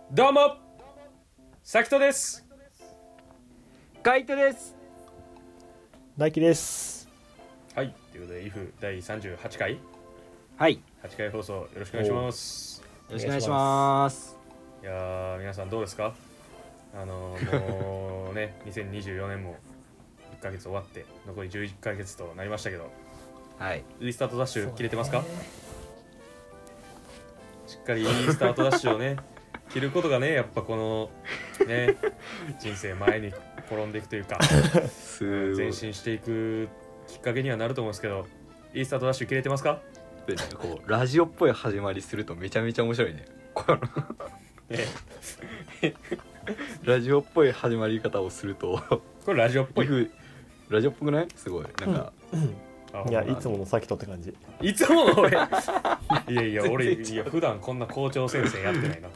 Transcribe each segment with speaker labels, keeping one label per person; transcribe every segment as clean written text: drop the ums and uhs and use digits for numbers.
Speaker 1: どうもさきとです。
Speaker 2: カイトです。
Speaker 3: 大輝です。
Speaker 1: はい、ということで IF 第38回
Speaker 2: はい
Speaker 1: 8回放送よろしくお願いします。
Speaker 2: よろしくお願いします。
Speaker 1: いやー皆さんどうですか。もうね2024年も1ヶ月終わって残り11ヶ月となりましたけど、
Speaker 2: はい、
Speaker 1: リスタートダッシュ切れてますか。しっかりいいスタートダッシュをね切ることがねやっぱこのね人生前に転んでいくというか前進していくきっかけにはなると思うんですけど、いいスタートダッシュ切れてますか。
Speaker 2: でね、こうラジオっぽい始まりするとめちゃめちゃ面白いね。このラジオっぽい始まり方をすると
Speaker 1: これラジオっぽい。
Speaker 2: ラジオっぽくない？すごいなんか、
Speaker 3: いやいつものさきとって感じ。
Speaker 1: いつもの俺いや俺普段こんな校長先生やってないな。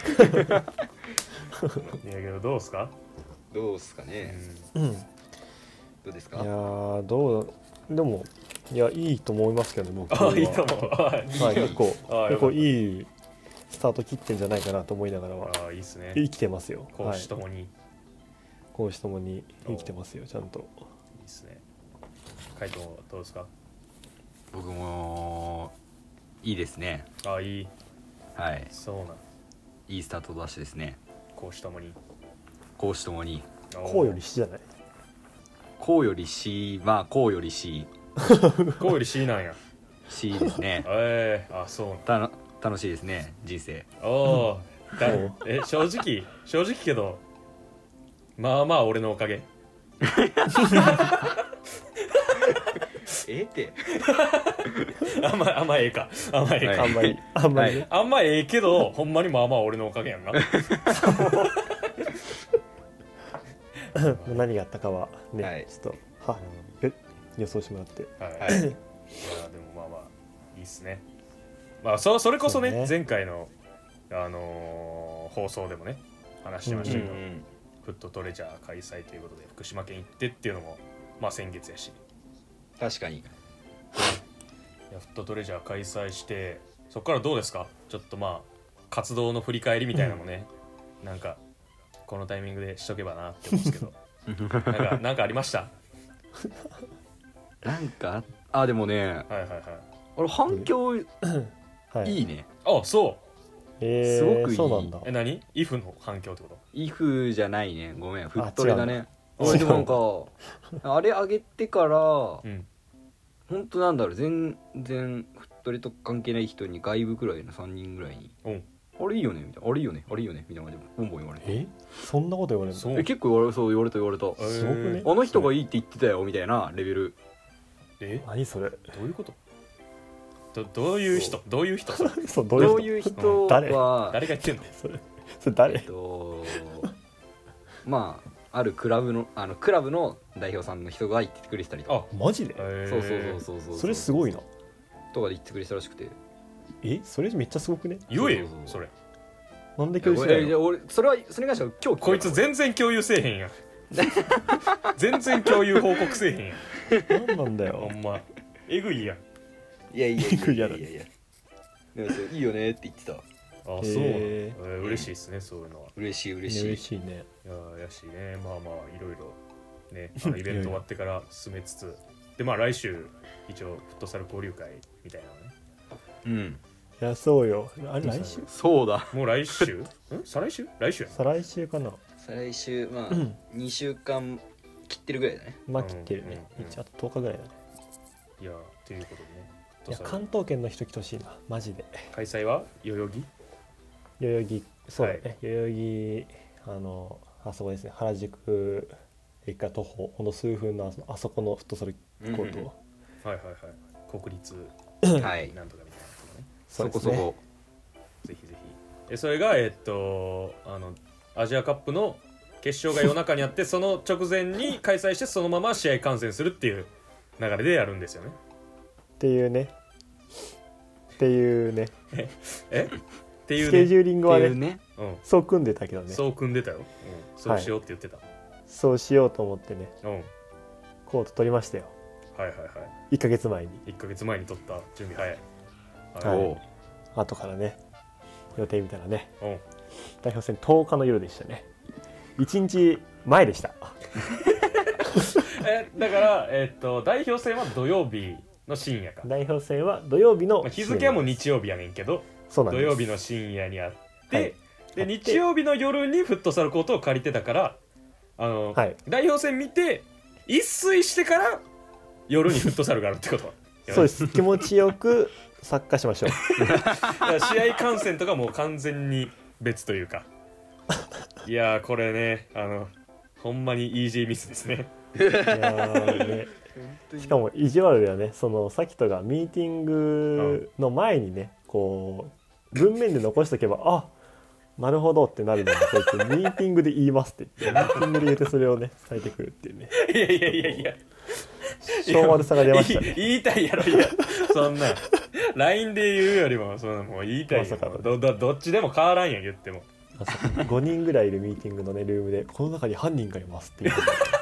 Speaker 1: いやけどどうすか。
Speaker 2: どうすかね、
Speaker 3: ど
Speaker 2: うですか。
Speaker 3: いやどうでもいやいいと思いますけどね僕は。
Speaker 1: いいと思う。
Speaker 3: はい結構
Speaker 1: い
Speaker 3: いいスタート切ってんじゃないかなと思いながらは。
Speaker 1: いいっすね。
Speaker 3: 生きてますよ。
Speaker 1: 講師ともに、はい、
Speaker 3: 講師ともに生きてますよちゃんと。
Speaker 1: いいっすね。カイトもどうですか。
Speaker 2: 僕もいいですね。
Speaker 1: いい。
Speaker 2: はい。
Speaker 1: そうなん。
Speaker 2: いいスタートダッシュですね。
Speaker 1: 講師ともに。
Speaker 2: 講師ともに。
Speaker 3: こうよりしじゃない。
Speaker 2: こうよりし、まあこうよりし。
Speaker 1: こうより C なんや。
Speaker 2: C ですね。
Speaker 1: そうなん。
Speaker 2: 楽しいですね人生。
Speaker 1: 正直けどまあまあ俺のおかげ。
Speaker 2: って
Speaker 1: あんまええかあんまええか、
Speaker 3: あんまりね、
Speaker 1: あんまええけどほんまにまあまあ俺のおかげやんな。
Speaker 3: 何があったかはね、
Speaker 2: はい、
Speaker 3: ちょっと予想してもらって。
Speaker 1: はい。いやでもまあまあいいっすね。まあそれこそ ね前回の放送でもね話してましたけど、フットトレジャー開催ということで福島県行ってっていうのもまあ先月やし。
Speaker 2: 確かに。い
Speaker 1: やフットトレジャー開催してそこからどうですか。ちょっとまあ活動の振り返りみたいなのもね、なんかこのタイミングでしとけばなって思うんですけどなんかありました。
Speaker 2: なんかでもね、
Speaker 1: はい
Speaker 2: 俺反響いいね。
Speaker 1: そう。
Speaker 2: すごくいい。
Speaker 3: そうなんだ。
Speaker 1: 何 IF の反響ってこと。
Speaker 2: IF じゃないね、ごめん、フットレだね。でもなんかあれ上げてから、ほんとなんだろう、全然フットレと関係ない人に外部くらいの3人ぐらいに、あれいいよねみたいな、あれいいよねみたいな感じでボンボン言われて。
Speaker 3: そんなこと言われるの。
Speaker 2: 結構言われた。すご
Speaker 3: くね。
Speaker 2: あの人がいいって言ってたよみたいなレベル。
Speaker 3: 何それ。
Speaker 1: どういうこと。どういう人
Speaker 3: そう
Speaker 2: どういう人は
Speaker 1: 誰が言ってんの。
Speaker 3: それ誰。
Speaker 2: まああるクラブの代表さんの人が言ってくれてたりとか。
Speaker 3: マジで。
Speaker 2: そう
Speaker 3: それすごいな
Speaker 2: とかで言ってくれてたらしくて。
Speaker 3: それめっちゃすごくね。
Speaker 1: 言えよそれ。
Speaker 3: なんで共有しないの。
Speaker 2: 俺それに関しては今日
Speaker 1: こいつ全然共有せえへんやん。全然共有報告せえへんやん。
Speaker 3: なんなんだよ
Speaker 1: ほんまえぐいやん。
Speaker 2: いやでもいいよねって言ってた。
Speaker 1: そう嬉しいですね。そういうのは
Speaker 2: 嬉しいね。
Speaker 1: いややしね、まあまあいろいろねイベント終わってから進めつつで、まあ来週一応フットサル交流会みたいなのね。
Speaker 3: いやそうよ。あれ来週。
Speaker 2: そうだ、
Speaker 1: もう来週再来週
Speaker 3: かな。
Speaker 2: 再来週、まあ2週間切ってるぐらいだね。
Speaker 3: まあ切ってるね。一応あと10日ぐらいだね。
Speaker 1: いやということでね。
Speaker 3: いや関東圏の人来てほしいなマジで。
Speaker 1: 開催は代々木。
Speaker 3: そうだね、代々木あそこですね、原宿駅から徒歩ほんの数分のあそこのフットサルコート、国立なんとかみたいなとこね。
Speaker 2: そこそこ
Speaker 1: ぜひぜひ。それがアジアカップの決勝が夜中にあってその直前に開催してそのまま試合観戦するっていう流れでやるんですよね。
Speaker 3: っていうね
Speaker 1: っていうね
Speaker 3: スケジューリングはね、そう組んでたけどね。
Speaker 1: そう組んでたよ、そうしようって言ってた、
Speaker 3: そうしようと思ってね、コート取りましたよ。1ヶ月前に
Speaker 1: 取った。準備早い。
Speaker 3: 後からね予定見たらね、 代表戦10日の夜でしたね。1日前でした。
Speaker 1: だから、代表戦は土曜日の深夜か。
Speaker 3: 代表戦は土曜日の深夜、
Speaker 1: 日付はもう日曜日やねんけど、
Speaker 3: そうなんです。
Speaker 1: 土曜日の深夜にあって、
Speaker 3: はい、
Speaker 1: で日曜日の夜にフットサルコートを借りてたから、はい、代表戦見て一睡してから夜にフットサルがあるってこと
Speaker 3: そうです。気持ちよくサッカーしましょう。
Speaker 1: 試合観戦とかもう完全に別というか。いやーこれね、ほんまにイージーミスですね。いや
Speaker 3: ね、しかも意地悪だよね。そのさきとがミーティングの前にね、こう文面で残しとけば、あ、なるほどってなるのに、こうやってミーティングで言いますって言って、ミーティングで言ってそれをね伝えてくるっていうね。
Speaker 1: いや
Speaker 3: 小悪さが出ましたね。
Speaker 1: 言いたいやろ。いやそんな LINE で言うよりもそのもう言いたいよ。どっちでも変わらんやん言っても。
Speaker 3: 5人ぐらいいるミーティングのねルームで、この中に犯人がいますっていう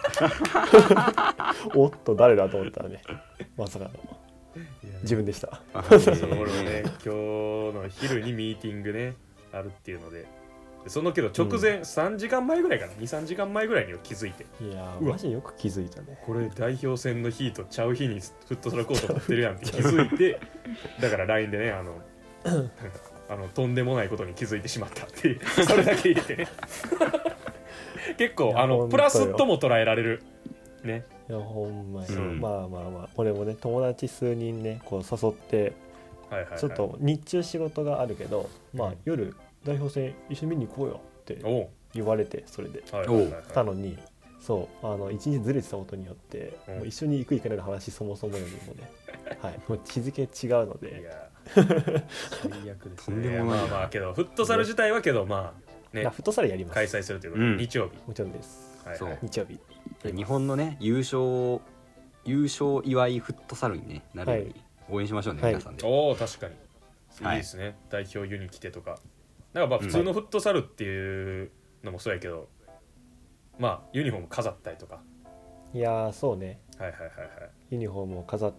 Speaker 3: おっと誰だと思ったらね、まさかの自分でした。
Speaker 1: 俺もね今日の昼にミーティングねあるっていうので、そのけど直前、3時間前ぐらいかな、2,3 時間前ぐらいには気づいて、
Speaker 3: いやマジよく気づいたね。
Speaker 1: これ代表戦の日とちゃう日にフットサルコート取ってるやんって気づいてだから LINE でねとんでもないことに気づいてしまったっていうそれだけ入れてね結構プラスとも捉えられるね。
Speaker 3: いやほんまに、まあ俺もね友達数人ねこう誘って、ちょっと日中仕事があるけど、まあ夜代表戦一緒に見に行こうよって言われて、それでたのに、そう一日ずれてたことによって、もう一緒に行く行かないの話そもそもよりもね、はい、もう日付違うので、いや
Speaker 1: 最悪ですね。まあけどフットサル自体はけどまあね、
Speaker 3: フットサルやります。
Speaker 1: 開催するということで、日曜日
Speaker 3: もちろんです。日曜日
Speaker 2: 日本のね優勝祝いフットサルに、ね、なるように応援しましょうね、皆さんで。
Speaker 1: おお確かにいいですね、代表ユニ来てとか。だからまあ普通のフットサルっていうのもそうやけど、まあユニフォーム飾ったりとか。
Speaker 3: いやそうね、ユニフォームを飾って、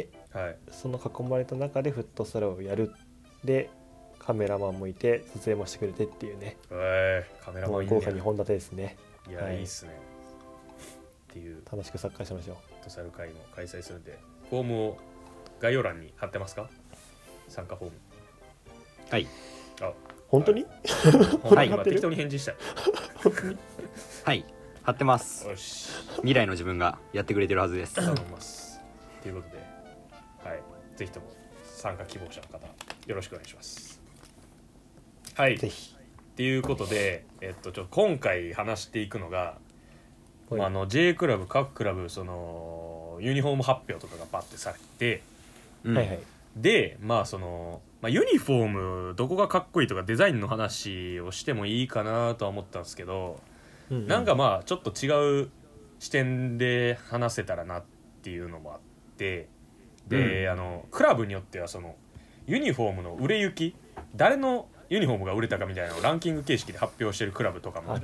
Speaker 3: その囲まれた中でフットサルをやる。でカメラマンもいて撮影もしてくれてっていうね、
Speaker 1: カメラマンいいね。
Speaker 3: 豪華2本立てですね。
Speaker 1: いや、いいっすねっていう。
Speaker 3: 楽しくサッカーしましょう。
Speaker 1: フットサル会も開催するんで、フォームを概要欄に貼ってますか？参加フォーム。
Speaker 2: はい。
Speaker 1: あ、
Speaker 3: 本当に？
Speaker 1: はい、今適当に返事したい。
Speaker 3: 本当に？
Speaker 2: はい、貼ってます。
Speaker 1: よし。
Speaker 2: 未来の自分がやってくれてるはずです。
Speaker 1: 頼みます。ということで、はい、ぜひとも参加希望者の方よろしくお願いします。はい。
Speaker 3: ぜひ。
Speaker 1: っていうことで、ちょっと今回話していくのが、J クラブ各クラブそのユニフォーム発表とかがバッてされて、でユニフォームどこがかっこいいとかデザインの話をしてもいいかなとは思ったんですけど、なんかまあちょっと違う視点で話せたらなっていうのもあって、で、クラブによってはそのユニフォームの売れ行き、誰のユニフォームが売れたかみたいなのをランキング形式で発表してるクラブとかもあって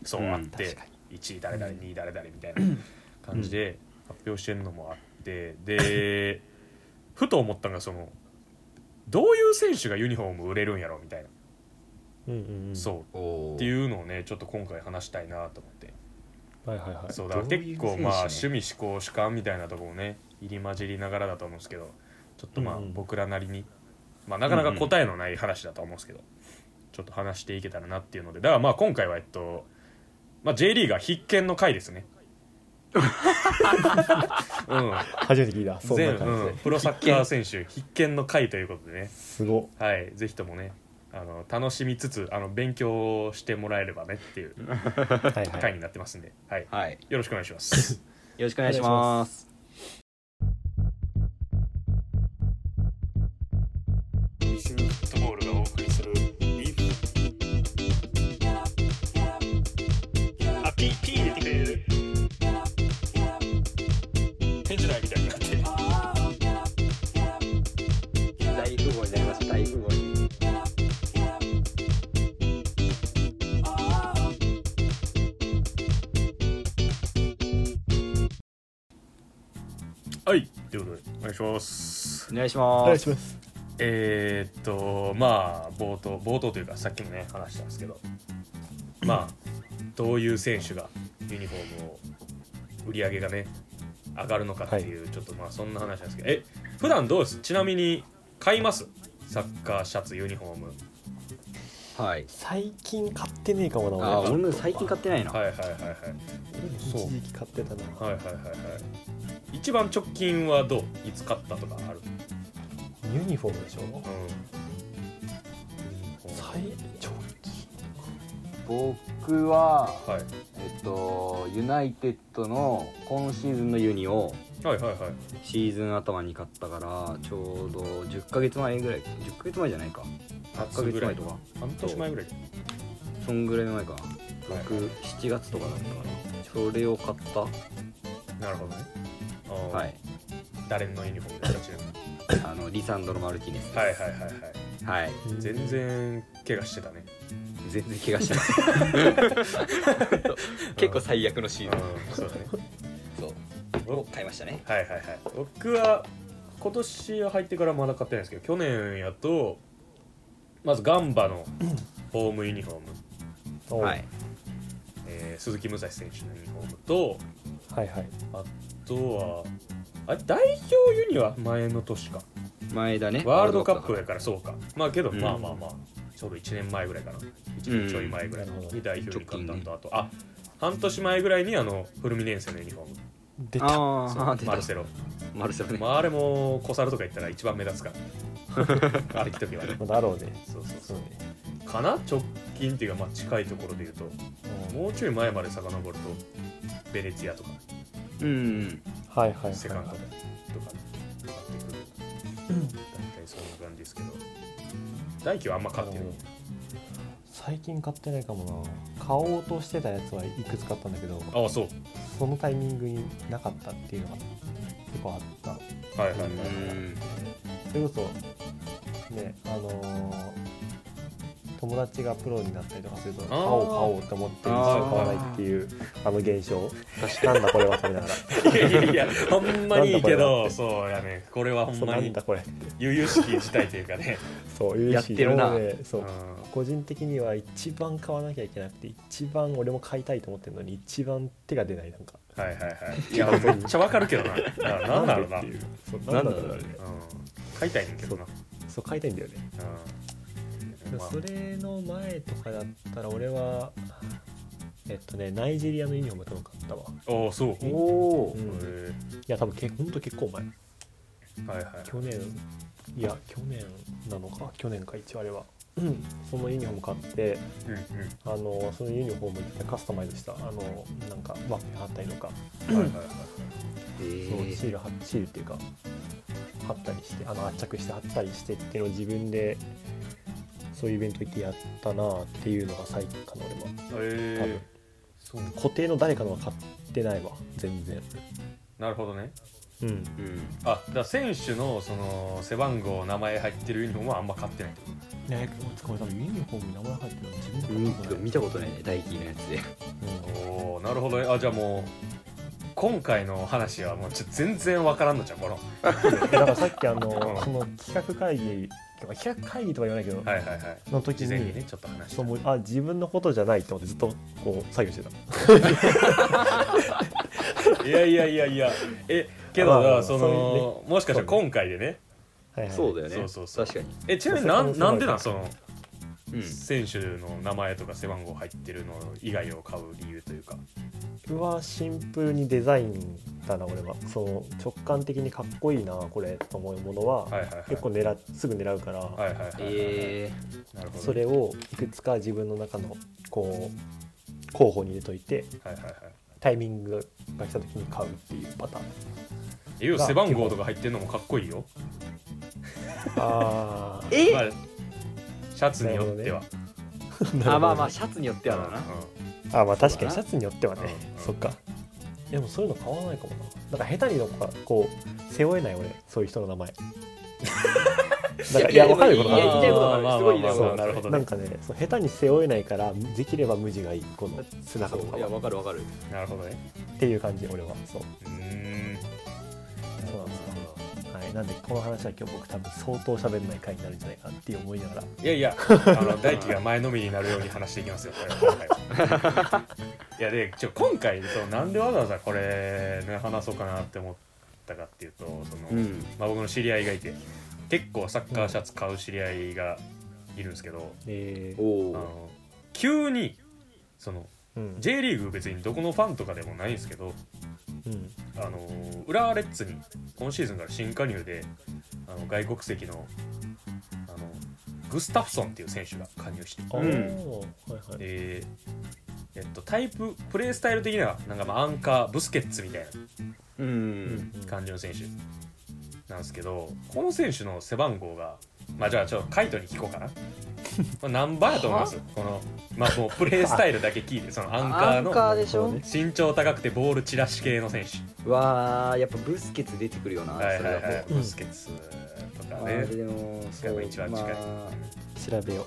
Speaker 1: 、1位誰々2位誰々みたいな感じで発表してるのもあって、でふと思ったのが、そのどういう選手がユニフォーム売れるんやろみたいな、そうっていうのをねちょっと今回話したいなと思って、そうだから結構まあ趣味思考主観みたいなところをね入り混じりながらだと思うんですけど、ちょっとまあ僕らなりにまあなかなか答えのない話だと思うんですけど、ちょっと話していけたらなっていうので、だからまあ今回はJ リーガー必見の回ですね。
Speaker 3: 初めて聞いた。そんな感じで、
Speaker 1: プロサッカー選手必見の回ということでね、
Speaker 3: すご
Speaker 1: はい、ぜひともね楽しみつつ勉強してもらえればねっていう回になってますんで、はい、よろしくお願いします。
Speaker 2: よろしくお願いします。
Speaker 1: ミスフットボールがお送りするピー入れてくれる返事ないみたいになって
Speaker 2: 大富豪になりました。大富豪に。
Speaker 1: はい、ということでお願いします。
Speaker 2: お願いします。
Speaker 1: まあ冒頭というかさっきもね話したんですけど、まあどういう選手がユニフォームを売り上げがね上がるのかっていう、ちょっとまあそんな話なんですけど、普段どうです？ちなみに買います？サッカーシャツユニフォーム。
Speaker 3: はい。最近買ってねえかもな。
Speaker 2: 俺も最近買ってないな。
Speaker 1: はいはいはいはい。
Speaker 3: 一時期買ってたな。
Speaker 1: はいはいはいはい。一番直近はどう？いつ買ったとかある？
Speaker 3: ユニフォームでしょ。
Speaker 1: 最
Speaker 3: 直近。
Speaker 2: 僕は、ユナイテッドの今シーズンのユニをシーズン頭に買ったからちょうど10ヶ月前ぐらい、10ヶ月前じゃないか、8ヶ月前とか
Speaker 1: 半年前ぐらい、
Speaker 2: そんぐらい前か、7月とかだったかな。それを買った。
Speaker 1: なるほどね。
Speaker 2: はい。
Speaker 1: 誰のユニフォームですか？ちなみに
Speaker 2: リサンドロ・マルティネス。
Speaker 1: はいはいはいはい。はい。全然怪我してたね。
Speaker 2: 全然怪我してます。結構最悪のシーズン。そうだね。そう。を買いましたね。
Speaker 1: はいはいはい。僕は今年入ってからまだ買ってないんですけど、去年やとまずガンバのホームユニフォーム。はい。鈴木武蔵選手のユニフォームと、
Speaker 3: はいはい。
Speaker 1: あとは代表ユニは前の年か。
Speaker 2: 前だね。
Speaker 1: ワールドカップやからそうか。まあけど、まあちょうど1年前ぐらいかな。1年ちょい前ぐらいに代表に買ったのと、あと半年前ぐらいにフルミネンセのユニフォーム
Speaker 3: 出た。
Speaker 1: マルセロ
Speaker 2: ね。
Speaker 1: まああれもコサルとか行ったら一番目立つからあれ着ときはね。
Speaker 3: だろうね。
Speaker 1: そうかな。直近っていうかまあ近いところで言うと、もうちょい前まで遡るとベネツィアとか、
Speaker 3: はいはい、
Speaker 1: セカンドとかね買ってくる。大体そんな感じですけど、大輝はあんま買ってない。
Speaker 3: 最近買ってないかもな。買おうとしてたやつはいくつ買ったんだけど、そのタイミングになかったっていうのが結構あった。
Speaker 1: はいはいはい。
Speaker 3: それこそね、友達がプロになったりとかすると買おうと思って一緒に買わないっていう現象。私なんだこれは食べなが
Speaker 1: ら。いやほんまにいいけど、そうやね。これはほんまに
Speaker 3: なんだこれ。
Speaker 1: 悠々しき事態というかね。
Speaker 3: そう悠々しき。やってるな。そう。個人的には一番買わなきゃいけなくて、一番俺も買いたいと思ってるのに一番手が出ないなんか。
Speaker 1: はいはいはい。いやめっちゃわかるけどな。なんだろうな。
Speaker 3: なんだろうね。
Speaker 1: 買いたいねんけどな。
Speaker 3: そう買いたいんだよね。それの前とかだったら俺はナイジェリアのユニフォーム多分買ったわ。
Speaker 1: ああそう。
Speaker 3: おお。いや多分ほんと結構前。
Speaker 1: はいはい。
Speaker 3: 去年なのか去年か一応あれは。そのユニフォーム買って、そのユニフォームでカスタマイズしたなんかワッペン貼ったりとか、シールっていうか貼ったりして圧着して貼ったりしてっていうのを自分でそういうイベント行ってやったなっていうのが最近かな俺は。多分固定の誰かのは買ってないわ全然。
Speaker 1: なるほどね。だから選手のその背番号名前入ってるユニフォームはあんま買ってないってこと。
Speaker 3: ね、これ多分ユニフォームに名前入ってるの自分で
Speaker 2: 見たことないね、大輝のやつで。
Speaker 1: おお、なるほどね。じゃあもう今回の話はもう全然わからんのじゃんこの。
Speaker 3: だからさっきその企画会議とは言わないけど、の時に
Speaker 1: ねちょっと話
Speaker 3: した。自分のことじゃないと思ってずっとこう作業してた。
Speaker 1: いやけどそのもしかしたら今回でね。
Speaker 2: そうだよね。そう
Speaker 1: 確かに。ちなみになんでその選手の名前とか背番号入ってるの以外を買う理由というか。
Speaker 3: 僕はシンプルにデザインだな俺は。その直感的にかっこいいなこれと思うものは結構すぐ狙うから、それをいくつか自分の中のこう候補に入れといて、タイミングが来た時に買うっていうパターン。
Speaker 1: 背番号とか入ってるのもかっこいいよ。シャツによっては。
Speaker 2: まあシャツによってはだな。
Speaker 3: まあ確かにシャツによってはね。そっか。でもそういうの買わないかもな。なんか下手にこう背負えない俺そういう人の名前。なんかいや分かること
Speaker 2: かすごいね。
Speaker 1: なるほど。
Speaker 3: なんかね下手に背負えないからできれば無地がいいこの背中とか。
Speaker 2: いや分かる。
Speaker 1: なるほどね。
Speaker 3: っていう感じ俺はそう。
Speaker 1: そうなんですか。
Speaker 3: はい。 なんでこの話は今日僕多分相当喋んない回になるんじゃないかなって思いながら、
Speaker 1: いやいや大輝が前のめりになるように話していきますよこれ今回はいやで今回なんでわざわざこれ、ね、話そうかなって思ったかっていうとまあ、僕の知り合いがいて結構サッカーシャツ買う知り合いがいるんですけど、急にJ リーグ別にどこのファンとかでもないんですけど、浦和レッズに今シーズンから新加入で外国籍のグスタフソンっていう選手が加入して、タイププレースタイル的にはなんかまあアンカーブスケッツみたいな感じの選手なんですけど、この選手の背番号がまあじゃあカイトに聞こうかな何番やと思います？このまあもうプレースタイルだけ聞いてアンカーの
Speaker 2: でしょ、
Speaker 1: 身長高くてボール散らし系の選手。
Speaker 2: わーやっぱブスケツ出てくるよな。
Speaker 1: はいはいはい、ブスケツとかね。
Speaker 2: でもそう
Speaker 1: 一番近い、
Speaker 3: 調べよ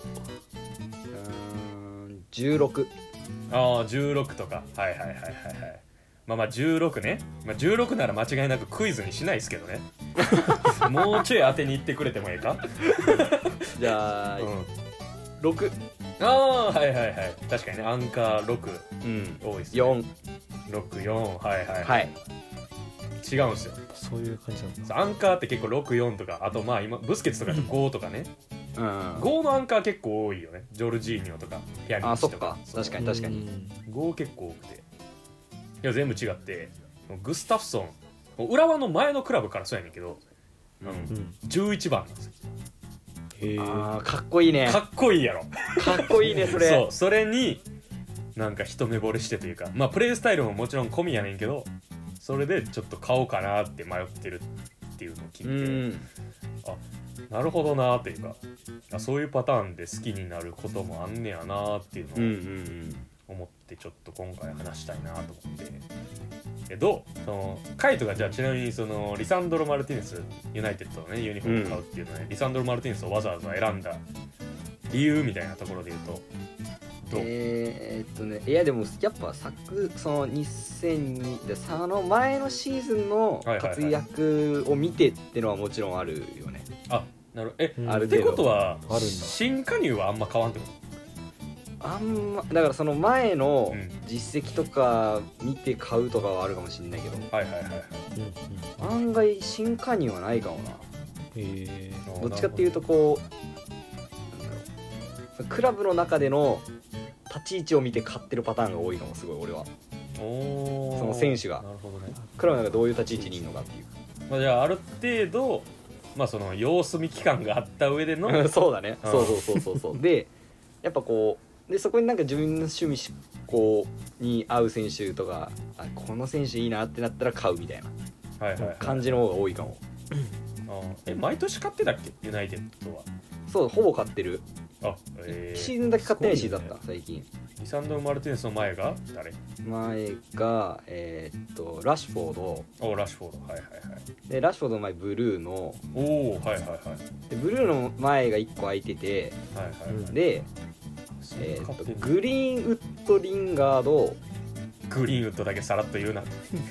Speaker 2: う。16。
Speaker 1: ああ16とか、はいはいはいはいはい。まあ16ね、まあ、16なら間違いなくクイズにしないですけどねもうちょい当てに行ってくれてもいいか
Speaker 2: じゃあ、6。
Speaker 1: ああはいはいはい、確かにねアンカー6、多いですね。464はいはいはい、違うんですよ。
Speaker 3: そういう感じなんです。
Speaker 1: アンカーって結構64とか、あとまあ今ブスケツとか5とかね、5のアンカー結構多いよね。ジョルジーニョとかピアニッチとか。
Speaker 2: あ、そっか、確かに確かに。
Speaker 1: 5結構多くて、いや全部違って、グスタフソン浦和の前のクラブからそうやねんけど、11番なんですよ。
Speaker 2: あーかっこいいね。
Speaker 1: かっこいいやろ。
Speaker 2: かっこいいねそれ。
Speaker 1: そう、それになんか一目惚れしてというか、まあプレースタイルももちろん込みやねんけど、それでちょっと買おうかなって迷ってるっていうのを聞いて、あ、なるほどなというか、そういうパターンで好きになることもあんねやなっていうのを思って、ちょっと今回話したいなと思って。けどカイトがじゃあちなみにリサンドロ・マルティネスユナイテッドのねユニフォームを買うっていうのね、リサンドロ・マルティネスをわざわざ選んだ理由みたいなところで言うとどう？
Speaker 2: いやでもやっぱ2002でその前のシーズンの活躍を見てってのはもちろんあるよね。
Speaker 1: あ、なるほど。あるってことは新加入はあんま変わんってこと？
Speaker 2: あんまだからその前の実績とか見て買うとかはあるかもしれないけど、案外新加入はないかもな。どっちかっていうとこうなんだろう、クラブの中での立ち位置を見て買ってるパターンが多いかも。すごい俺はその選手がクラブの中でどういう立ち位置にいるのかっていう。
Speaker 1: まあ、じゃあある程度まあその様子見期間があった上での
Speaker 2: そうだね、そうでやっぱこうでそこになんか自分の趣味思考に合う選手とか、あこの選手いいなってなったら買うみたいな感じの方が多いかも。
Speaker 1: 毎年買ってたっけユナイテッドは？
Speaker 2: そう、ほぼ買ってる。シーズンだけ買ってないシーズンだった最近。
Speaker 1: リサンドロ・マルティネスの前が誰？
Speaker 2: 前がラッシュフォード。
Speaker 1: ラッシュフォード、はいはいはい。
Speaker 2: でラッシュフォードの前ブルーの。
Speaker 1: はいはいはい。
Speaker 2: でブルーの前が1個空いてて、でグリーンウッド・リンガード。
Speaker 1: グリーンウッドだけさらっと言うな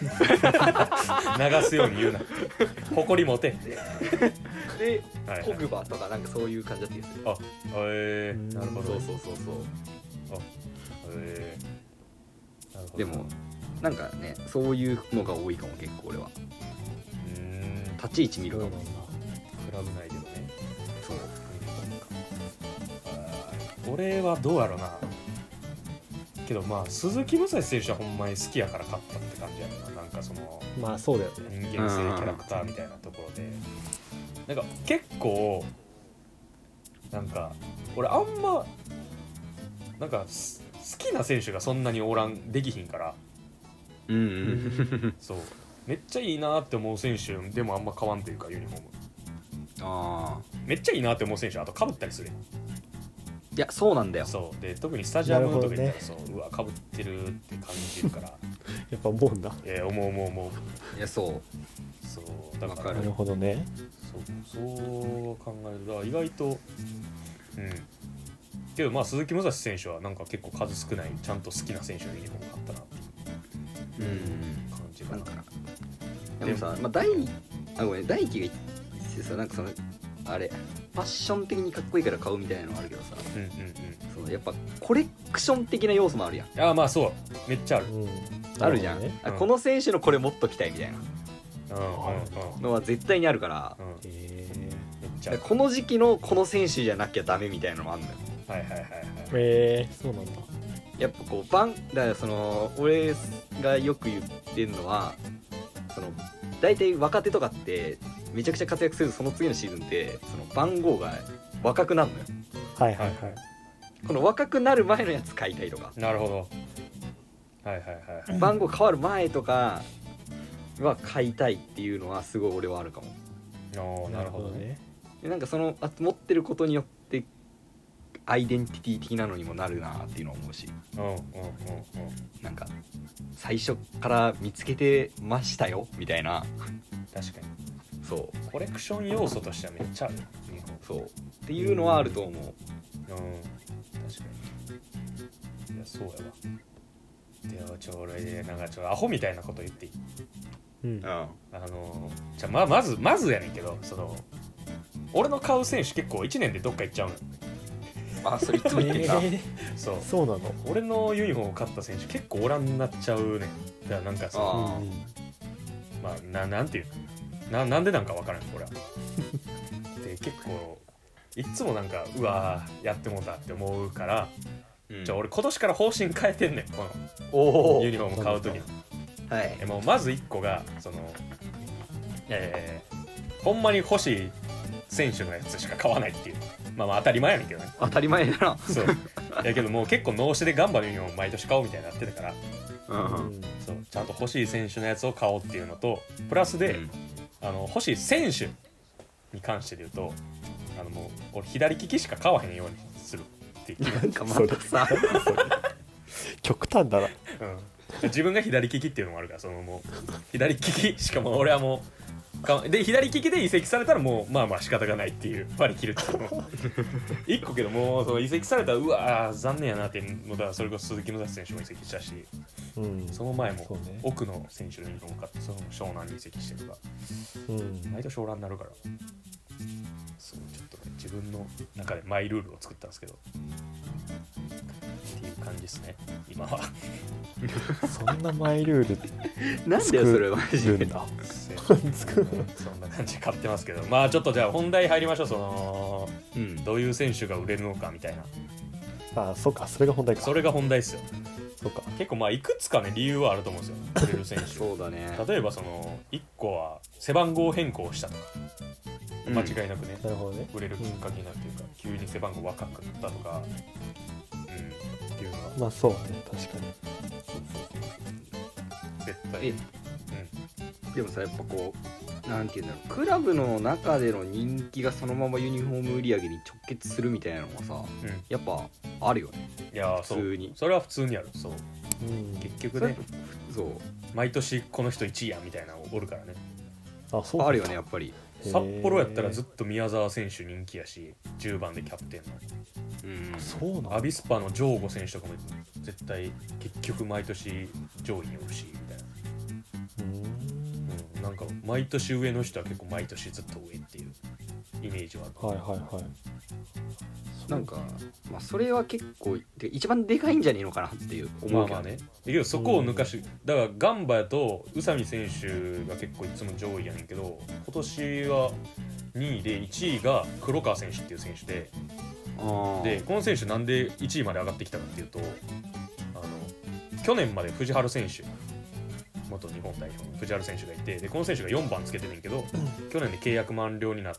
Speaker 1: 流すように言うな誇り持て
Speaker 2: で、ポグバとかなんかそういう感じだったりする。
Speaker 1: なるほど。
Speaker 2: そうでもなんかね、そういうのが多いかも結構俺は。立ち位置見るかも。ク
Speaker 1: ラブ内でもね。
Speaker 2: そう。
Speaker 1: 俺はどうやろうな。けどまあ鈴木武蔵選手はほんまに好きやから勝ったって感じやな。なんか
Speaker 3: まあそうだよね、
Speaker 1: 人間性キャラクターみたいなところで、なんか結構なんか俺あんまなんか好きな選手がそんなにおらんできひんから、そうめっちゃいいなって思う選手でもあんま変わんというか、ユニフォームめっちゃいいなって思う選手はあと被ったりする。
Speaker 2: いやそうなんだよ。
Speaker 1: そうで特にスタジアムとか行ったらそう、うわ被ってるって感じるからや
Speaker 3: っぱ思うんだ。
Speaker 1: 思う。
Speaker 2: いやそう
Speaker 1: だから
Speaker 3: なるほどね。
Speaker 1: そう考えると意外とけどまあ鈴木武蔵選手はなんか結構数少ないちゃんと好きな選手のユニフォームがあったなっていう感じかな。
Speaker 2: でもさ、まあ、大輝がそうなんかそのあれファッション的にかっこいいから買うみたいなのあるけどさ、そのやっぱコレクション的な要素もあるやん。
Speaker 1: ああまあそうめっちゃある、
Speaker 2: あるじゃん、この選手のこれ持っときたいみたいなのは絶対にあるから、めっちゃこの時期のこの選手じゃなきゃダメみたいなのもあるんだよ。
Speaker 1: はいはいはいはい。
Speaker 3: そうなんだ。
Speaker 2: やっぱこうだからその俺がよく言ってるのはその大体若手とかってめちゃくちゃ活躍するその次のシーズンってその番号が若くなるのよ。
Speaker 3: はいはいはい。
Speaker 2: この若くなる前のやつ買いたいとか。
Speaker 1: なるほど。はいはいはい。
Speaker 2: 番号変わる前とかは買いたいっていうのはすごい俺はあるかも。
Speaker 1: なるほどね。
Speaker 2: なんかその持ってることによってアイデンティティ的なのにもなるなっていうのを思うし、なんか最初から見つけてましたよみたいな。
Speaker 1: 確かに
Speaker 2: そう
Speaker 1: コレクション要素としてはめっちゃある日本
Speaker 2: そうっていうのはあると思う。
Speaker 1: 確かに。いやそうやわ。で俺なんかアホみたいなこと言っていい？じゃまずやねんけど、その俺の買う選手結構1年でどっか行っちゃうの。
Speaker 2: あ、それいつも言ってた。
Speaker 3: そうなの。
Speaker 1: 俺のユニフォームを買った選手結構おらんなっちゃうねん。だからなんかさ、まあなんていうなんでなんかわからんこれは。で結構いつもなんかうわーやってもうたって思うから、じゃあ俺今年から方針変えてんねんこのユニフォーム買う時の。
Speaker 2: はい。
Speaker 1: もうまず1個がそのほんまに欲しい選手のやつしか買わないっていう。まあ当たり前やねんけどね。
Speaker 2: 当たり前だな。
Speaker 1: そう。やけどもう結構脳死でガンバのユニフォーム毎年買おうみたいになってたから、そうちゃんと欲しい選手のやつを買おうっていうのと、プラスで、欲しい選手に関してで言うと、もう俺左利きしか買わへんようにするっていう。
Speaker 2: なんかまたさ、
Speaker 3: 極端だな。
Speaker 1: 自分が左利きっていうのもあるから、そのもう左利きしかも俺はもう。で左利きで移籍されたらもうまあ仕方がないっていう割り切るっていうの1個けどもうその移籍されたらうわー残念やなってもうだからそれこそ鈴木野里選手も移籍したし、その前も奥の選手のユニフォーム買ってその湘南に移籍してとか、毎年オラになるから、そうちょっとね自分の中でマイルールを作ったんですけどっていう感じですね今は。
Speaker 3: そんなマイルール
Speaker 2: なんだよそれマジで。
Speaker 1: そんな感じで買ってますけど、まあちょっとじゃあ本題入りましょう。その、どういう選手が売れるのかみたいな。
Speaker 3: あ、そうか、それが本題か。
Speaker 1: それが本題ですよ。
Speaker 3: そうか。
Speaker 1: 結構まあいくつかね理由はあると思うんですよ。売れる選手。
Speaker 2: そうだね。
Speaker 1: 例えばその1個は背番号変更したとか、間違いなくね、売れるきっかけになるというか、急に背番号若くなったとか、っていうのは。
Speaker 3: まあそうね、確かに。
Speaker 1: 絶対。
Speaker 2: でもさやっぱこうなんていうんだろう、クラブの中での人気がそのままユニフォーム売り上げに直結するみたいなのがさ、やっぱあるよね。
Speaker 1: いや
Speaker 2: 普通に
Speaker 1: それは普通にある。そう、結局ね、
Speaker 2: そう
Speaker 1: 毎年この人1位やみたいなのおるからね。
Speaker 2: あ、そうあるよねやっぱり。
Speaker 1: 札幌やったらずっと宮澤選手人気やし、10番でキャプテンの、
Speaker 3: そうなん
Speaker 1: アビスパのジョーゴ選手とかも絶対結局毎年上位におるしみたいな。なんか毎年上の人は結構毎年ずっと上っていうイメージはある。
Speaker 2: なんか、まあ、それは結構一番でかいんじゃねえのかなっていう思うけどね。
Speaker 1: けどそこを抜かし、だからガンバやと宇佐美選手が結構いつも上位やねんけど、今年は2位で1位が黒川選手っていう選手で、でこの選手なんで1位まで上がってきたかっていうと、去年まで藤原選手、元日本代表の藤原選手がいて、でこの選手が4番つけてるんけど、去年で契約満了になって、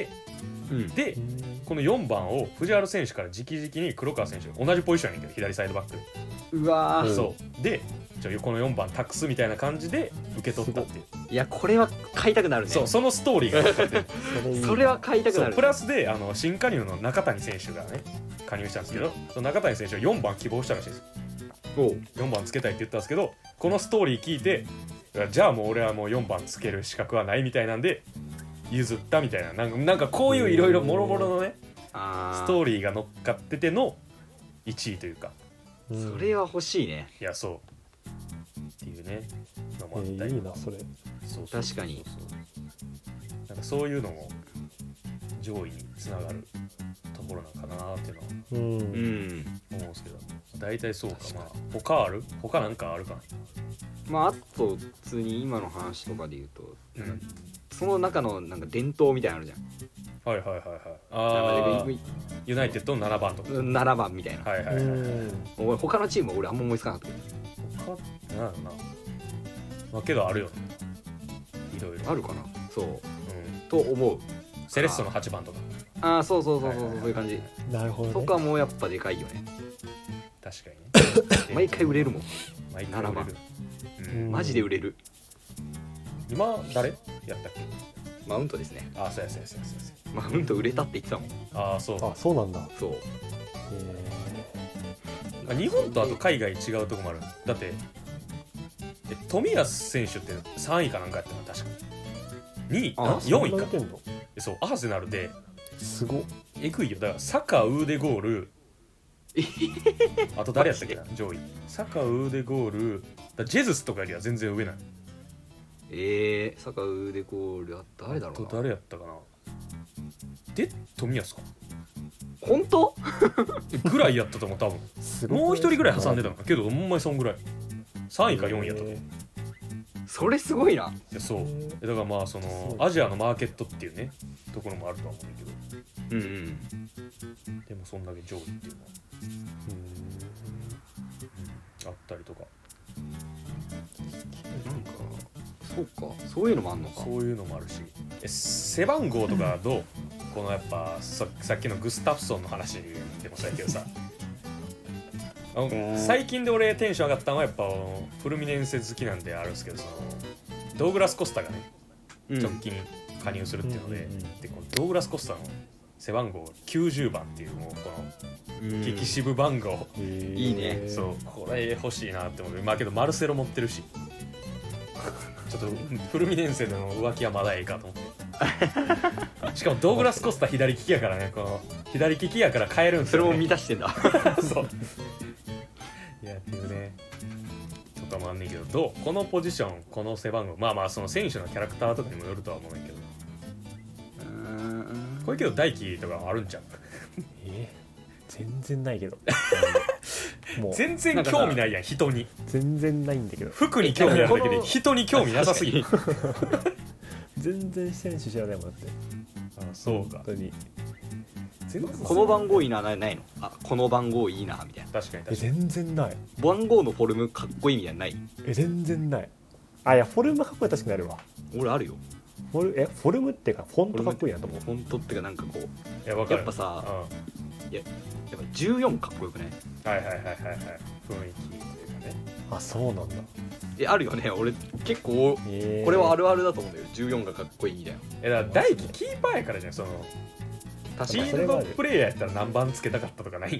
Speaker 1: でこの4番を藤原選手から直々に黒川選手が同じポジションやねんけど、左サイドバック。
Speaker 2: うわー、
Speaker 1: そうでこの4番託すみたいな感じで受け取ったっていう。
Speaker 2: いやこれは買いたくなるね。
Speaker 1: そう、そのストーリーがかかってる。
Speaker 2: それは買いたくなる、ね、
Speaker 1: プラスで新加入の中谷選手がね加入したんですけど、その中谷選手は4番希望したらしいです。4番つけたいって言ったんですけど、このストーリー聞いて、じゃあもう俺はもう4番つける資格はないみたいなんで譲ったみたいな、なんかこういういろいろもろもろのねストーリーが乗っかってての1位というか、
Speaker 2: それは欲しいね。
Speaker 1: いやそうっていうねのもあったり、
Speaker 3: いいなそれ。
Speaker 2: 確かに
Speaker 1: なんかそういうのも上位につながるところなんかなっていうのは
Speaker 3: うん
Speaker 1: 思うんですけど、大体そうか。まあ他ある？他なんかあるかな。
Speaker 2: まああと普通に今の話とかで言うと、その中のなんか伝統みたいなのあるじゃん。
Speaker 1: はいはいはいはい。ああ、ユナイテッドの7番とか。
Speaker 2: 7番みたいな。
Speaker 1: はいはいはい。
Speaker 2: 俺他のチームは俺あんま思いつかなかった
Speaker 1: けど。他なんやろな。まあけどあるよね。いろいろ。
Speaker 2: あるかな。そう。と思う。
Speaker 1: セレッソの8番とか。
Speaker 2: ああそうそうそうそう、そういう感じ。
Speaker 3: なるほど、ね。
Speaker 2: とかもやっぱでかいよね。
Speaker 1: 確かに
Speaker 2: ね。毎回売れるもん。
Speaker 1: 毎回売れる。
Speaker 2: マジで売れる。
Speaker 1: 今誰やったっけ？
Speaker 2: マウントですね。
Speaker 1: ああそうやそうやそうや
Speaker 2: そうや。マウント売れたって言ってたもん。
Speaker 1: ああそう。
Speaker 3: あそうなんだ。
Speaker 2: そう。
Speaker 1: 日本とあと海外違うとこもある。だって冨安選手って3位かなんかやったの確か2位4位か。そうアーセナルです
Speaker 3: ご
Speaker 1: えぐいよ。だからサカウーデゴールあと誰やったっけな上位。サカウーデゴールだジェズスとかよりは全然上ない。
Speaker 2: サカウーデゴールあ誰だろうな。
Speaker 1: あと誰やったかな。で冨安か
Speaker 2: 本当
Speaker 1: ぐらいやったと思う多分。もう一人ぐらい挟んでたのかけどほんまにそんぐらい3位か4位やった。
Speaker 2: それすごいな。
Speaker 1: そうだからまあそのアジアのマーケットっていうねところもあるとは思うんだけど、でもそんだけ上位っていうのはあったりとか。
Speaker 2: なんかそうかそういうのもあんのか。
Speaker 1: そういうのもあるし背番号とかどうこのやっぱさっきのグスタフソンの話でもそうやけどさ最近で俺テンション上がったのはやっぱフルミネンセ好きなんであるんですけど、そのドーグラス・コスタがね直近加入するっていうので、でこのドーグラス・コスタの背番号90番っていうもうこの激渋番号、
Speaker 2: いいね。
Speaker 1: そうこれ欲しいなって思う。まあけどマルセロ持ってるしちょっとフルミネンセでの浮気はまだええかと思ってしかもドーグラス・コスタ左利きやからね、この左利きやから変えるんですよ、ね、
Speaker 2: それも満たしてんだ
Speaker 1: そういやっていうねとかもあんねんけど、どうこのポジションこの背番号、まあまあその選手のキャラクターとかにもよるとは思うんやけど、これけど大輝とかあるんちゃう
Speaker 3: 全然ないけど
Speaker 1: もう全然興味ないやん人に。
Speaker 3: 全然ないんだけど
Speaker 1: 服に興味あるだけで人に興味なさすぎる
Speaker 3: 全然選手知らないもんだって。
Speaker 1: あそうか。
Speaker 3: 本当に
Speaker 2: この番号いいなないの。あこの番号いいなみたいな。
Speaker 1: 確かに
Speaker 3: 全然ない。
Speaker 2: 番号のフォルムかっこいいみたいなない。
Speaker 3: 全然ない。あいやフォルムかっこいい確かにあるわ。
Speaker 2: 俺あるよ。
Speaker 3: フォルムっていうかフォントかっこいいなと思う。
Speaker 2: フォントっていうかなんかこう
Speaker 1: やっぱ
Speaker 2: さ、やっぱ14かっこよくない？
Speaker 1: はいはいはいはいはい、雰囲気というかね。
Speaker 3: あそうなんだ。
Speaker 2: あるよね。俺結構、これはあるあるだと思うんだよ。14がかっこいいみたいな。
Speaker 1: だから大輝キーパーやからじゃん。そのチームのプレイヤーやったら何番つけたかったとかない？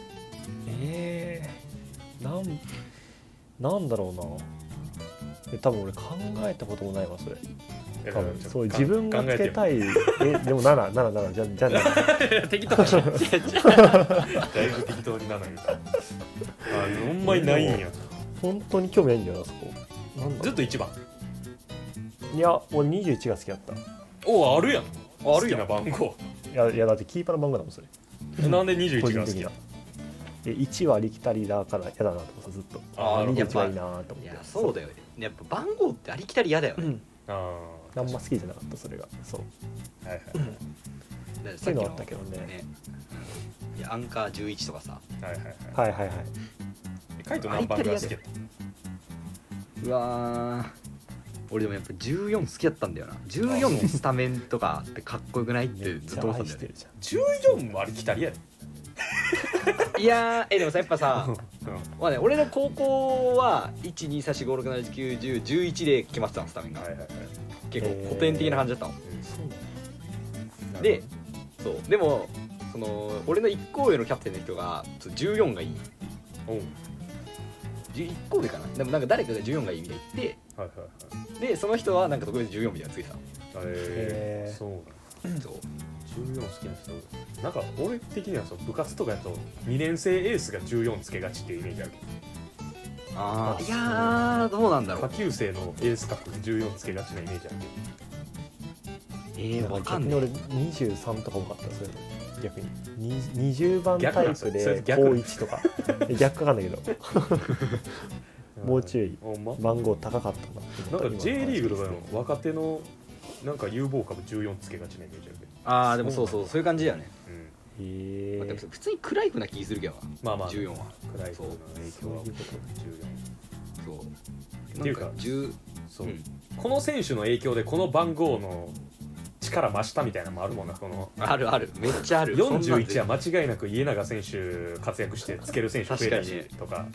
Speaker 3: なんだろうな。多分俺考えたこともないわそれ。多分そう自分がつけたい。でも7じゃあ
Speaker 1: 適当にだいぶ適当に7みたいな。ほんまにないんや。
Speaker 3: 本当に興味ないんだよなそこ。
Speaker 1: ずっと1番。
Speaker 3: いや俺21が好きだった。
Speaker 1: おあるやん。好きな番号。
Speaker 3: いやだってキーパーの番号だもんそれ。
Speaker 1: なんで21が好きだ。
Speaker 3: 1はありきたりだから嫌だなと思ってずっと。21はいいなと思って。
Speaker 2: いやそうだよね。やっぱ番号ってありきたり嫌だよね。
Speaker 3: あんま好きじゃなかったそれが。そう。はいはい。そういうのあったけどね。
Speaker 2: いやアンカー11とかさ。
Speaker 3: はいはいはい。
Speaker 1: カイト何番が好きやった？
Speaker 2: うわ俺でもやっぱ14好きだったんだよな。14でスタメンとかってかっこよくないってずっと思ってたんだよね。
Speaker 1: 14もありきたりやで。
Speaker 2: いやでもさやっぱさ、まあね、俺の高校は1234567891011で決まってたのスタメンが、結構古典的な感じだったの、でそうでもその俺の1個上のキャプテンの人が14がいい、1個上かな、でもなんか誰かが14がいいみたいに言って、でその人はなんか特別14みたいなついてたの。そうなんそう
Speaker 1: 14好きな人なんか俺的にはそう部活とかやと2年生エースが14つけがちっていうイメージある。
Speaker 2: いやどうなんだろう。
Speaker 1: 下級生のエース格14つけがちなイメージある
Speaker 2: わかんない。
Speaker 3: 俺23とか多かった。それ逆に20番タイプで高1とか逆かかんないけどもうちょい番号高かった
Speaker 1: な。なんか J リーグとかの若手のなんか有望株14つけがちなイメージあるけど。
Speaker 2: ああでもそういう感じだよね。
Speaker 3: へえ。
Speaker 2: 普通にクライフな気するけどな。
Speaker 1: まあ
Speaker 2: 14は
Speaker 1: クライフの影響は14。
Speaker 2: そう
Speaker 1: っていうか
Speaker 2: そう、
Speaker 1: この選手の影響でこの番号の力増したみたいなのもあるもんな。この
Speaker 2: あるめっちゃある。
Speaker 1: 41は間違いなく家永選手活躍してつける選手増えたしとか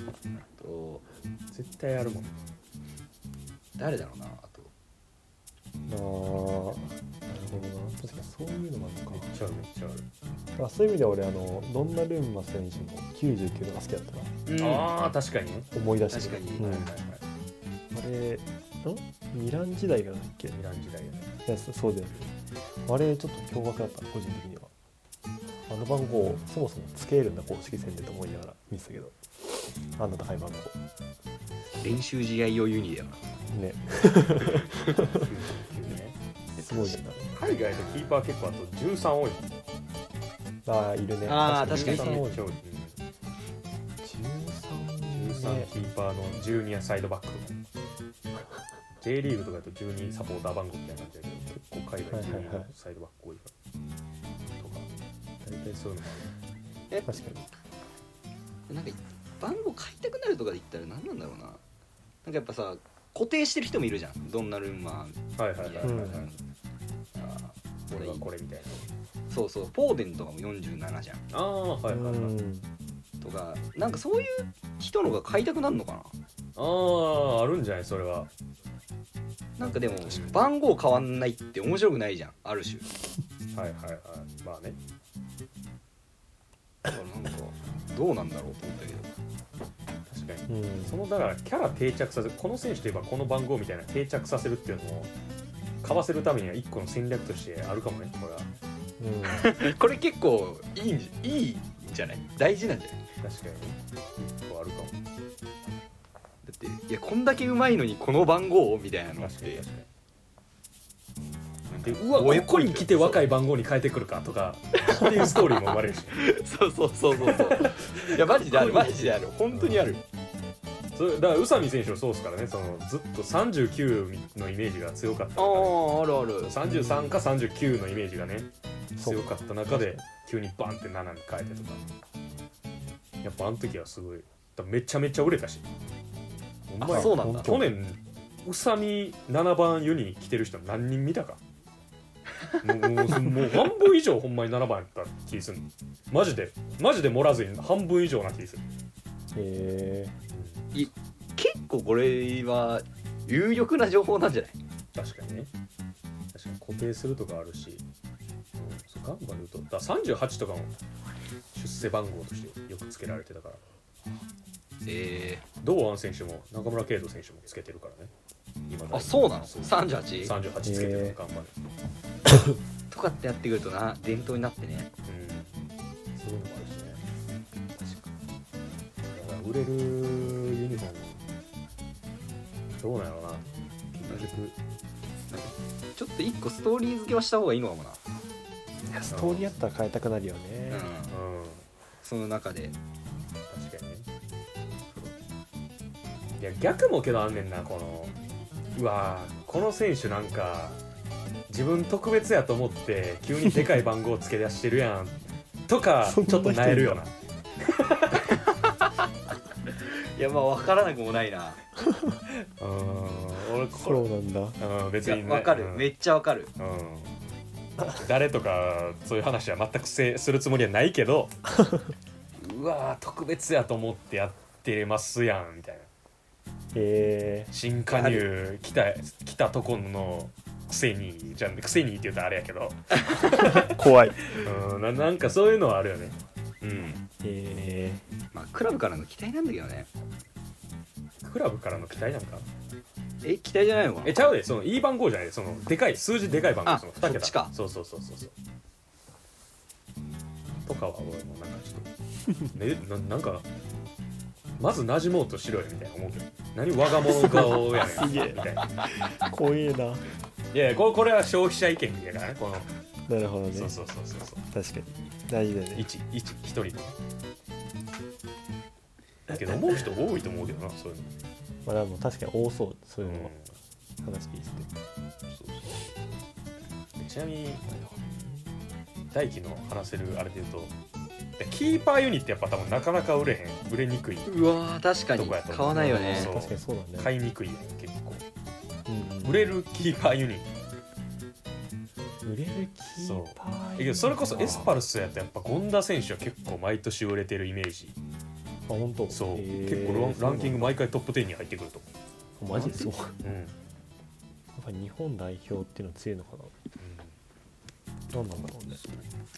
Speaker 1: 絶対あるもん。
Speaker 2: 誰だろうな。あと
Speaker 3: なるほどな。確かにそういうのもあるのか。
Speaker 1: めっちゃある。
Speaker 3: そういう意味では俺ドンナルンマ選手の99のが好きだったな。
Speaker 1: ああ確かにね。
Speaker 3: 思い出して。
Speaker 2: 確かに。
Speaker 3: あれミラン時代がだっけ。
Speaker 1: ミラン時代やね。
Speaker 3: いやそうだよね。あれちょっと驚愕だった個人的には。あの番号をそもそもつけるんだ公式戦でと思いながら見てたけど、あんな高い番号。
Speaker 2: 練習試合用ユニだよな。
Speaker 3: ね。すごいね。
Speaker 1: 海外でキーパー結構あと13多い。
Speaker 3: ああいるね。
Speaker 2: ああ確かに。
Speaker 3: 13多い。
Speaker 1: 13キーパーの12サイドバックとか。J リーグとかだと12サポーター番号みたいな感じだけど、結構海外12サイドバック多いからとか、大体そういうのもある。
Speaker 3: 確かに。
Speaker 2: なんか番号変えたくなるとかで言ったら何なんだろうな。なんかやっぱさ固定してる人もいるじゃん。ドンナルンマ
Speaker 1: はい俺はこれみたいな。
Speaker 2: そうフォーデンとかも47じゃん。
Speaker 1: ああはい。
Speaker 2: とかなんかそういう人のが買いたくなるのかな。
Speaker 1: あるんじゃないそれは。
Speaker 2: なんかでも番号変わんないって面白くないじゃん、ある種。
Speaker 1: はいまあね。
Speaker 2: だからなんかどうなんだろうと思ったけど。
Speaker 1: 確かに、そのだからキャラ定着させる、この選手といえばこの番号みたいな定着させるっていうのを買わせるためには一個の戦略としてあるかもねこれは。
Speaker 2: これ結構いいんじゃない？大事なんじゃない？
Speaker 1: 確かに一個あるかも。
Speaker 2: だっていやこんだけうまいのにこの番号みたいなのって
Speaker 1: でうわここに来て若い番号に変えてくるかとかっていうストーリーも生まれるし
Speaker 2: そういやマジである本当にある。
Speaker 1: それだから宇佐美選手もそうですからね。そのずっと39のイメージが強かった中で、
Speaker 2: ある
Speaker 1: 33か39のイメージがね強かった中で急にバンって7に変えてとか、やっぱあの時はすごいめちゃめちゃ売れたし。
Speaker 2: そうなんだ。
Speaker 1: 去年宇佐美7番ユニ着てる人何人見たか。もう半分以上ほんまに7番やった気する。マジで盛らずに半分以上な気する。
Speaker 2: 結構これは有力な情報なんじゃない？
Speaker 1: 確かにね。確かに固定するとかあるし、そう頑張るとだ38とかも出世番号としてよくつけられてたから。堂安選手も中村敬斗選手もつけてるからね。
Speaker 2: 今そうなの？ 38
Speaker 1: つけてる頑張る
Speaker 2: とかってやってくるとな伝統になってね。
Speaker 1: そういうのもあるしね。確かに。だから売れるユニフォームどうなのな。結局
Speaker 2: ちょっと一個ストーリー付けはした方がいいのかもな。
Speaker 3: いやストーリーやったら変えたくなるよね。
Speaker 2: その中で
Speaker 1: 確かにね。いや逆もけどあんねんな。このうわこの選手なんか自分特別やと思って急にでかい番号つけ出してるやんとかちょっとなえるよな。
Speaker 2: いやまあ分からなくもないな。
Speaker 3: 俺そうなんだ。
Speaker 1: 別にね
Speaker 2: 分かる、めっちゃ分かる。
Speaker 1: 誰とかそういう話は全くするつもりはないけどうわ特別やと思ってやってますやんみたいな。新加入来たとこのくせにくせにって言うとあれやけど
Speaker 3: 怖い。
Speaker 1: なんかそういうのはあるよね。
Speaker 2: まあクラブからの期待なんだけどね。
Speaker 1: クラブからの期待なんか
Speaker 2: 期待じゃないのかな。
Speaker 1: ちゃうでそのいい番号じゃないでそのでかい数字でかい番号その2桁。
Speaker 2: そっちか。
Speaker 1: そうとかは俺もなんかちょっと、ね、なんかまず馴染もうとしろよみたいな思うけど何我が物顔やねんみたいな。
Speaker 3: 怖えな。
Speaker 1: いやこれは消費者意見やからねこの。
Speaker 3: なるほどね。
Speaker 1: そう確
Speaker 3: かに大事だよね。
Speaker 1: 一人で。だけど思う人多いと思うけどなそういうの。
Speaker 3: まあでも確かに多そうそういうのは、話聞いてて。
Speaker 1: ちなみに大輝の話せるあれで言うとキーパーユニってやっぱ多分なかなか売れにくい。
Speaker 2: うわ確かに買わないよね。
Speaker 3: 確かにそうだね。
Speaker 1: 買いにくいやん結構、売れるキーパーユニ
Speaker 3: 売れるキーパー
Speaker 1: ユニそれこそエスパルスやったらやっぱ権田選手は結構毎年売れてるイメージ。
Speaker 3: あ本当。
Speaker 1: そう結構ランキング毎回トップ10に入ってくると
Speaker 3: 思う。マジでそう。やっぱ日本代表っていうのは強いのかな。何なんだろうね。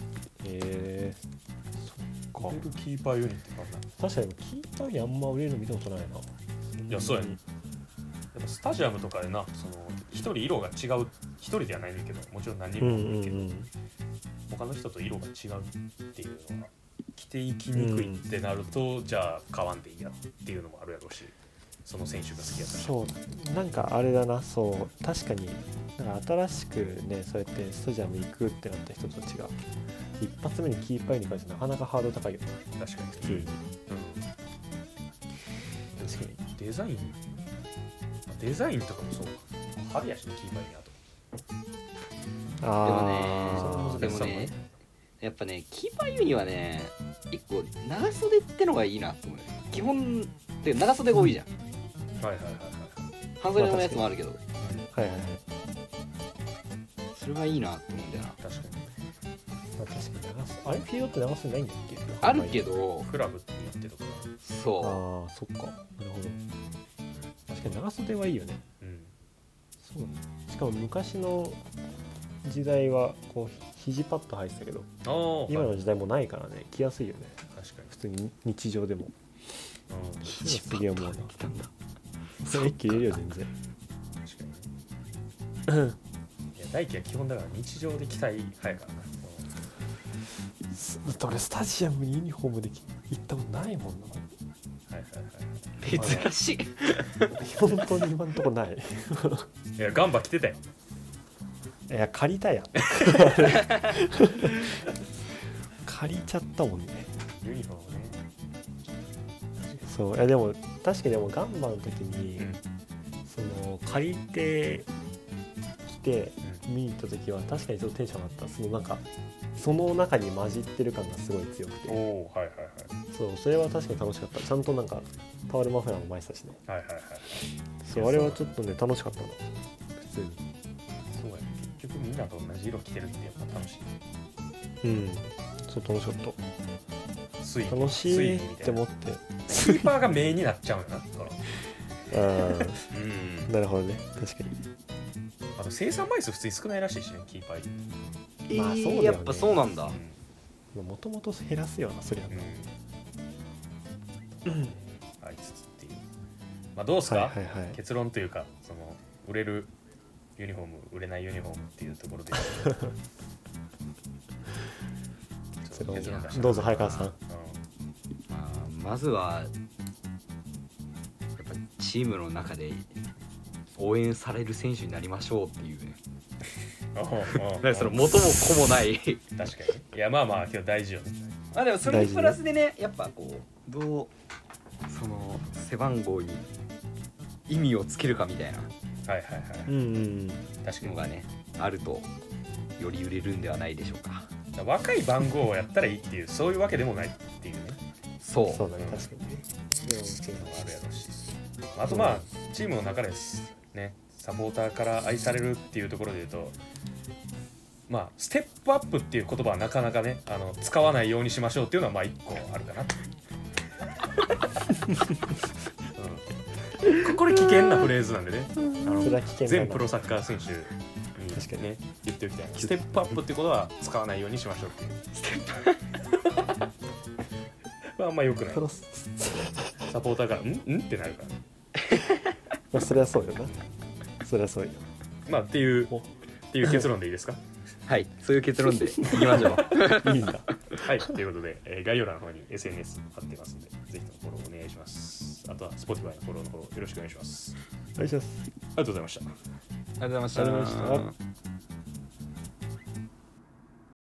Speaker 3: そっか。
Speaker 1: 売れるキーパーユニってなんだ。
Speaker 3: 確かにキーパーにあんま売れるの見たことないな。
Speaker 1: いやそうやね。やっぱスタジアムとかでなその一人色が違う一人ではないねんけどもちろん何人もいるけど、他の人と色が違うっていうのは着ていきにくいってなると、じゃあ買わんでいいやっていうのもあるやろうし。その選手が好きやったら
Speaker 3: そうなんかあれだな。そう確かになんか新しくねそうやってスタジアム行くってなった人たちが一発目にキーパーに関してなかなかハードル高いよね。
Speaker 1: 確かに
Speaker 3: 普通に、
Speaker 1: 確かにデザインとかもそうか春やしねキーパーにあと
Speaker 2: でもねやっぱねキーパーユニはね一個長袖ってのがいいなと思う。基本で長袖が多いじゃん。半袖のやつもあるけど、それがいいなって思うんだよな。
Speaker 1: 確かに
Speaker 3: 確かに長袖あれフィードって長袖ないんだっけ。
Speaker 2: あるけど
Speaker 1: クラブって言ってるとか
Speaker 2: そう
Speaker 3: ああそっかなるほど。確かに長袖はいいよね。そうしかも昔の時代はこう肘パッド入ってたけど今の時代もないからね着やすいよね。
Speaker 1: 確かに
Speaker 3: 普通に日常でも
Speaker 2: 肘パッド入ってたんだ。
Speaker 3: それ着れるよ全然。
Speaker 1: 確かにいや大輝は基本だから日常で着たい派やからな。
Speaker 3: 俺スタジアムにユニフォームで行ったことないもんな。
Speaker 2: 珍しい
Speaker 3: 本当に今んとこない。
Speaker 1: いやガンバ着てたよ。
Speaker 3: いや借りたやん借りちゃったもんね
Speaker 1: ユニフォームね。
Speaker 3: そういやでも確かにでもガンバの時に、その借りてきて見に行った時は確かにちょっとテンション上がった。そのなんかその中に混じってる感がすごい強くて、そうそれは確かに楽しかった。ちゃんとなんかタオルマフラーも巻いてたしね。そうあれはちょっとね楽しかったの普通に。
Speaker 1: そうやね結局みんなと同じ色着てるってやっぱ楽し
Speaker 3: い。そう楽しかった。楽しいって思って
Speaker 1: キーパーがメインになっちゃうよな
Speaker 3: なるほどね確かに。
Speaker 1: あと生産枚数普通に少ないらしいしねキーパーに。
Speaker 3: まあそうだよね。
Speaker 2: やっぱそうなんだ。
Speaker 3: もともと減らすよなそりゃ。
Speaker 1: ありつつっていう。まあどうすか、結論というかその売れるユニフォーム売れないユニフォームっていうところで
Speaker 3: どうぞ早川さん。
Speaker 2: まずはやっぱチームの中で応援される選手になりましょうっていうねその元も子もない
Speaker 1: 確かにいやまあまあ今日大事よね。
Speaker 2: でもそれにプラスでねやっぱこうどうその背番号に意味をつけるかみたいな確かにがねあるとより売れるんではないでしょうか。
Speaker 1: 若い番号をやったらいいっていうそういうわけでもないっていうね。
Speaker 3: そうだね確かにね。
Speaker 1: っていうのがあるやろうし、あとまあチームの中ですねサポーターから愛されるっていうところで言うとまあステップアップっていう言葉はなかなかね使わないようにしましょうっていうのはまあ一個あるかなこれ危険なフレーズなんでね全プロサッカー選手にね言っておきたい。ステップアップってことは使わないようにしましょうっていうステップあんま良くない。サポーターがんってなるから
Speaker 3: まあそれはそうよな。それはそうよ。
Speaker 1: まあっていう結論でいいですか
Speaker 2: はいそういう結論でいきましょ
Speaker 3: ういいんだ
Speaker 1: はいということで、概要欄の方に SNS 貼ってますのでぜひともフォローお願いします。あとは Spotify のフォローの方よろしくお願いします。
Speaker 3: お願いします。
Speaker 1: ありがとうございました。
Speaker 2: りがとうございました。